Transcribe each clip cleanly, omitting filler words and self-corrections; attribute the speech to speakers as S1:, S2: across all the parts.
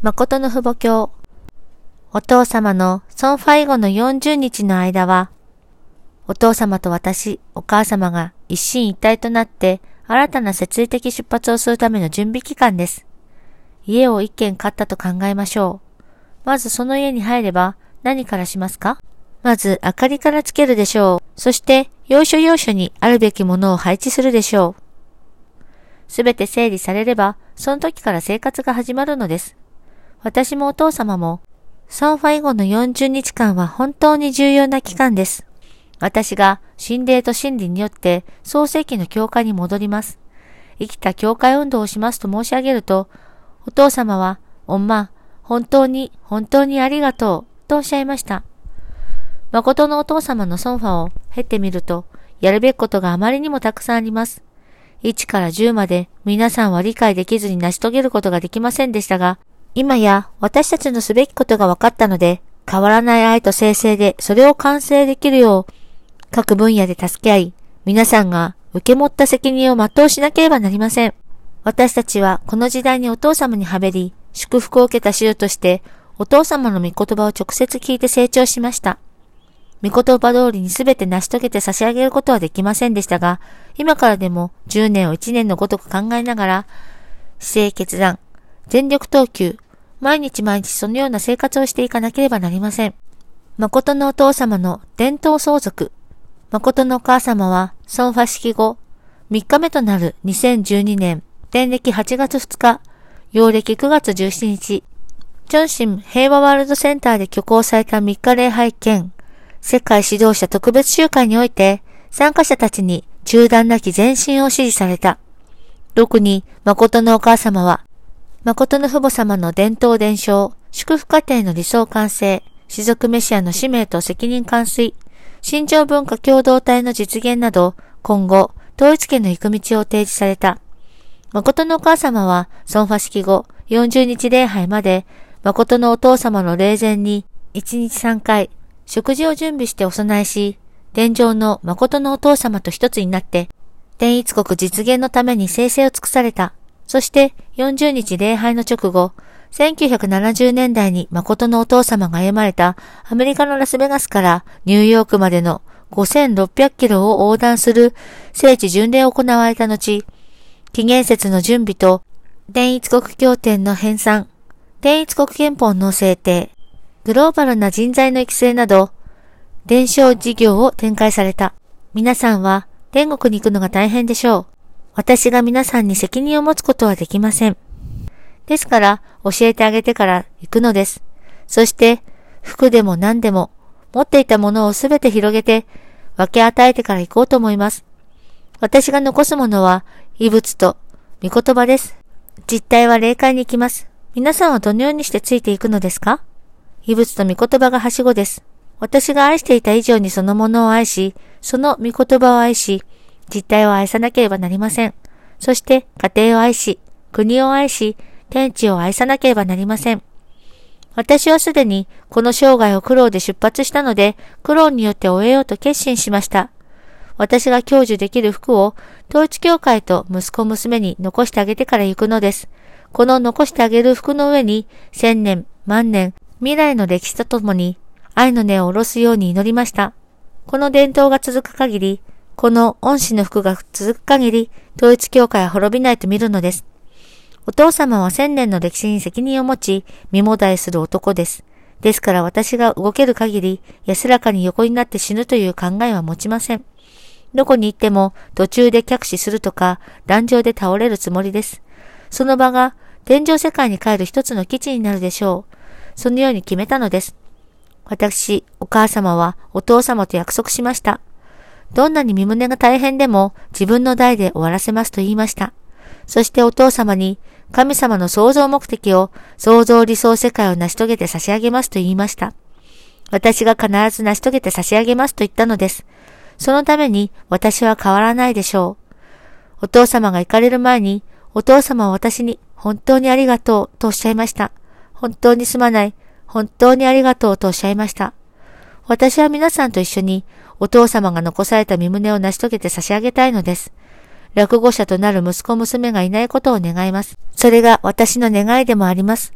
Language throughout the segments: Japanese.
S1: 誠の父母経。お父様の孫ファイ後の40日の間は、お父様と私、お母様が一心一体となって新たな設理的出発をするための準備期間です。家を一軒買ったと考えましょう。まずその家に入れば何からしますか？まず明かりからつけるでしょう。そして要所要所にあるべきものを配置するでしょう。すべて整理されれば、その時から生活が始まるのです。私もお父様も、孫ファイ後の40日間は本当に重要な期間です。私が心霊と真理によって創世記の教会に戻ります。生きた教会運動をしますと申し上げると、お父様は、おんま、本当にありがとう、とおっしゃいました。誠のお父様の孫ファを経てみると、やるべきことがあまりにもたくさんあります。1から10まで皆さんは理解できずに成し遂げることができませんでしたが、今や私たちのすべきことが分かったので、変わらない愛と誠誠でそれを完成できるよう、各分野で助け合い、皆さんが受け持った責任を全うしなければなりません。私たちはこの時代にお父様にはべり、祝福を受けた子女として、お父様の御言葉を直接聞いて成長しました。御言葉通りにすべて成し遂げて差し上げることはできませんでしたが、今からでも10年を1年のごとく考えながら、姿勢決断、全力投球、毎日そのような生活をしていかなければなりません。誠のお父様の伝統相続。誠のお母様は孫ファ式後、3日目となる2012年、天暦8月2日、陽暦9月17日、チョンシム平和ワールドセンターで挙行された3日礼拝兼、世界指導者特別集会において、参加者たちに中断なき前進を指示された。特に誠のお母様は、誠の父母様の伝統伝承、祝福家庭の理想完成、士族メシアの使命と責任完遂、新潮文化共同体の実現など、今後、統一家の行く道を提示された。誠のお母様は、孫ファ式後、40日礼拝まで、誠のお父様の霊前に、1日3回、食事を準備してお供えし、天上の誠のお父様と一つになって、天一国実現のために精誠を尽くされた。そして40日礼拝の直後、1970年代に誠のお父様が歩まれたアメリカのラスベガスからニューヨークまでの5600キロを横断する聖地巡礼を行われた後、紀元節の準備と天一国協定の編纂、天一国憲法の制定、グローバルな人材の育成など、伝承事業を展開された。皆さんは天国に行くのが大変でしょう。私が皆さんに責任を持つことはできません。ですから、教えてあげてから行くのです。そして、服でも何でも、持っていたものをすべて広げて、分け与えてから行こうと思います。私が残すものは、遺物と御言葉です。実態は霊界に行きます。皆さんはどのようにしてついていくのですか？遺物と御言葉がはしごです。私が愛していた以上にそのものを愛し、その御言葉を愛し、実態を愛さなければなりません。そして家庭を愛し、国を愛し、天地を愛さなければなりません。私はすでにこの生涯を苦労で出発したので、苦労によって終えようと決心しました。私が享受できる服を統一教会と息子娘に残してあげてから行くのです。この残してあげる服の上に1000年、万年、未来の歴史とともに愛の根を下ろすように祈りました。この伝統が続く限り、この恩師の服が続く限り、統一教会は滅びないと見るのです。お父様は1000年の歴史に責任を持ち、身もだえする男です。ですから私が動ける限り、安らかに横になって死ぬという考えは持ちません。どこに行っても途中で客死するとか、壇上で倒れるつもりです。その場が天上世界に帰る一つの基地になるでしょう。そのように決めたのです。私、お母様はお父様と約束しました。どんなに身胸が大変でも自分の代で終わらせますと言いました。そしてお父様に神様の創造目的を創造理想世界を成し遂げて差し上げますと言いました。私が必ず成し遂げて差し上げますと言ったのです。そのために私は変わらないでしょう。お父様が行かれる前にお父様は私に本当にありがとうとおっしゃいました。本当にすまない。本当にありがとうとおっしゃいました。私は皆さんと一緒にお父様が残された身胸を成し遂げて差し上げたいのです。落語者となる息子娘がいないことを願います。それが私の願いでもあります。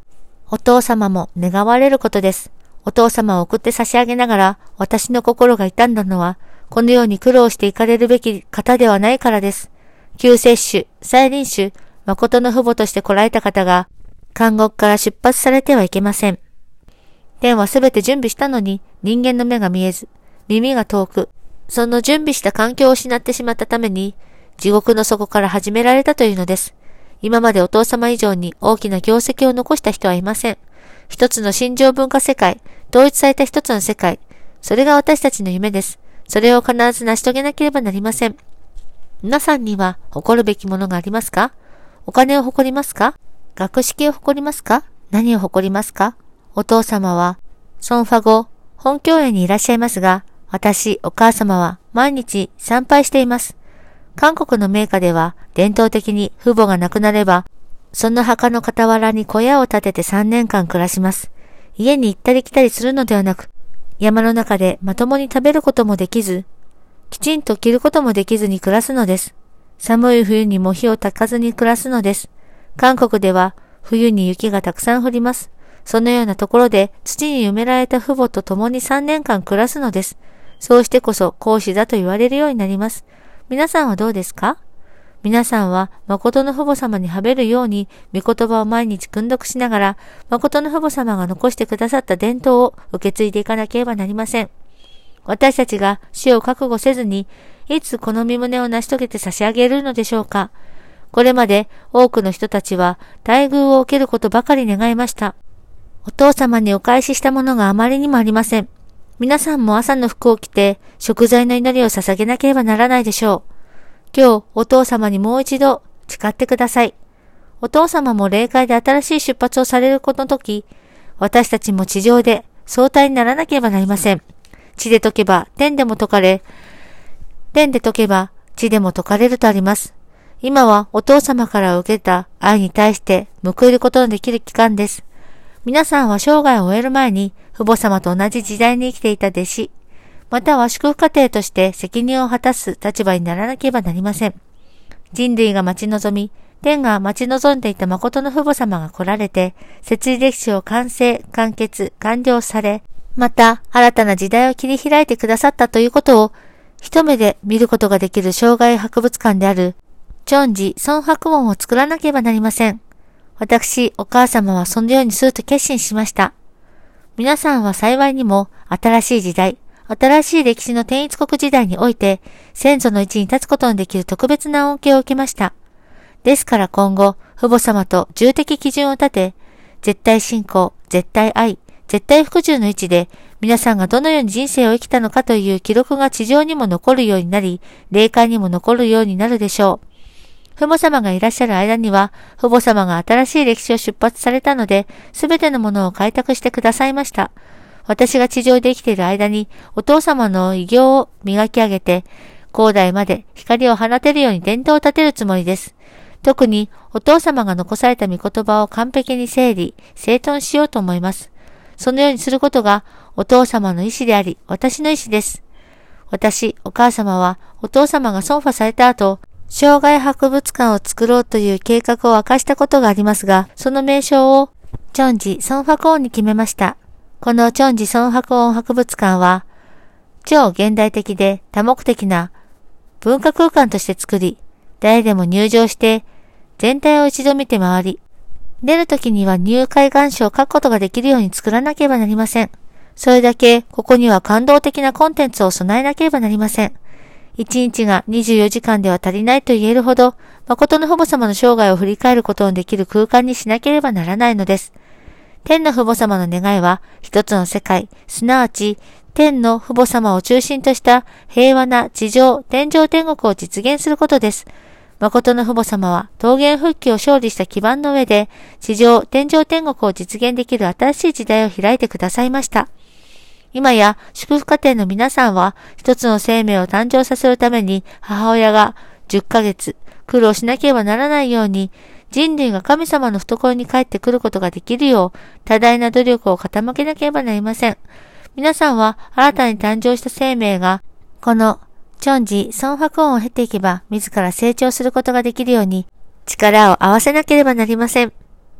S1: お父様も願われることです。お父様を送って差し上げながら、私の心が痛んだのは、このように苦労していかれるべき方ではないからです。救世主、再臨主、誠の父母として来られた方が、監獄から出発されてはいけません。天はすべて準備したのに、人間の目が見えず、耳が遠く、その準備した環境を失ってしまったために、地獄の底から始められたというのです。今までお父様以上に大きな業績を残した人はいません。一つの心情文化世界、統一された一つの世界、それが私たちの夢です。それを必ず成し遂げなければなりません。皆さんには誇るべきものがありますか？お金を誇りますか？学識を誇りますか？何を誇りますか？お父様は、ソンファ後、本教園にいらっしゃいますが、私、お母様は毎日参拝しています。韓国の名家では伝統的に父母が亡くなれば、その墓の傍らに小屋を建てて3年間暮らします。家に行ったり来たりするのではなく、山の中でまともに食べることもできず、きちんと着ることもできずに暮らすのです。寒い冬にも火を焚かずに暮らすのです。韓国では冬に雪がたくさん降ります。そのようなところで土に埋められた父母と共に3年間暮らすのです。そうしてこそ孔子だと言われるようになります。皆さんはどうですか？皆さんは誠の父母様にはべるように御言葉を毎日訓読しながら誠の父母様が残してくださった伝統を受け継いでいかなければなりません。私たちが死を覚悟せずにいつこの身旨を成し遂げて差し上げるのでしょうか。これまで多くの人たちは待遇を受けることばかり願いました。お父様にお返ししたものがあまりにもありません。皆さんも朝の服を着て贖罪の祈りを捧げなければならないでしょう。今日お父様にもう一度誓ってください。お父様も霊界で新しい出発をされるこの時、私たちも地上で相対にならなければなりません。地で解けば天でも解かれ、天で解けば地でも解かれるとあります。今はお父様から受けた愛に対して報いることのできる期間です。皆さんは生涯を終える前に父母様と同じ時代に生きていた弟子、または祝福家庭として責任を果たす立場にならなければなりません。人類が待ち望み、天が待ち望んでいた誠の父母様が来られて、摂理歴史を完成、完結、完了され、また新たな時代を切り開いてくださったということを一目で見ることができる生涯博物館であるチョンジ・ソンハクウォンを作らなければなりません。私、お母様はそのようにすると決心しました。皆さんは幸いにも新しい時代、新しい歴史の天一国時代において先祖の位置に立つことのできる特別な恩恵を受けました。ですから今後、父母様と重的基準を立て、絶対信仰、絶対愛、絶対服従の位置で皆さんがどのように人生を生きたのかという記録が地上にも残るようになり、霊界にも残るようになるでしょう。父母様がいらっしゃる間には、父母様が新しい歴史を出発されたので、すべてのものを開拓してくださいました。私が地上で生きている間に、お父様の偉業を磨き上げて、後代まで光を放てるように伝統を立てるつもりです。特に、お父様が残された御言葉を完璧に整理、整頓しようと思います。そのようにすることが、お父様の意志であり、私の意志です。私、お母様は、お父様が損破された後、生涯博物館を作ろうという計画を明かしたことがありますが、その名称を、チョンジ・ソンファクオンに決めました。このチョンジ・ソンファクオン博物館は、超現代的で多目的な文化空間として作り、誰でも入場して、全体を一度見て回り、出るときには入会願書を書くことができるように作らなければなりません。それだけ、ここには感動的なコンテンツを備えなければなりません。1日が24時間では足りないと言えるほど、誠の父母様の生涯を振り返ることのできる空間にしなければならないのです。天の父母様の願いは、一つの世界、すなわち、天の父母様を中心とした平和な地上、天上天国を実現することです。誠の父母様は、桃源復帰を勝利した基盤の上で、地上、天上天国を実現できる新しい時代を開いてくださいました。今や祝福家庭の皆さんは一つの生命を誕生させるために母親が10ヶ月苦労しなければならないように人類が神様の懐に帰ってくることができるよう多大な努力を傾けなければなりません。皆さんは新たに誕生した生命がこのチョンジ・ソンファクオンを経ていけば自ら成長することができるように力を合わせなければなりません。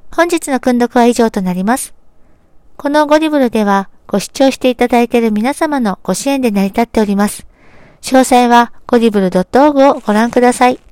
S1: 本日の訓読は以上となります。このゴディブルではご視聴していただいている皆様のご支援で成り立っております。詳細はゴディブル .org をご覧ください。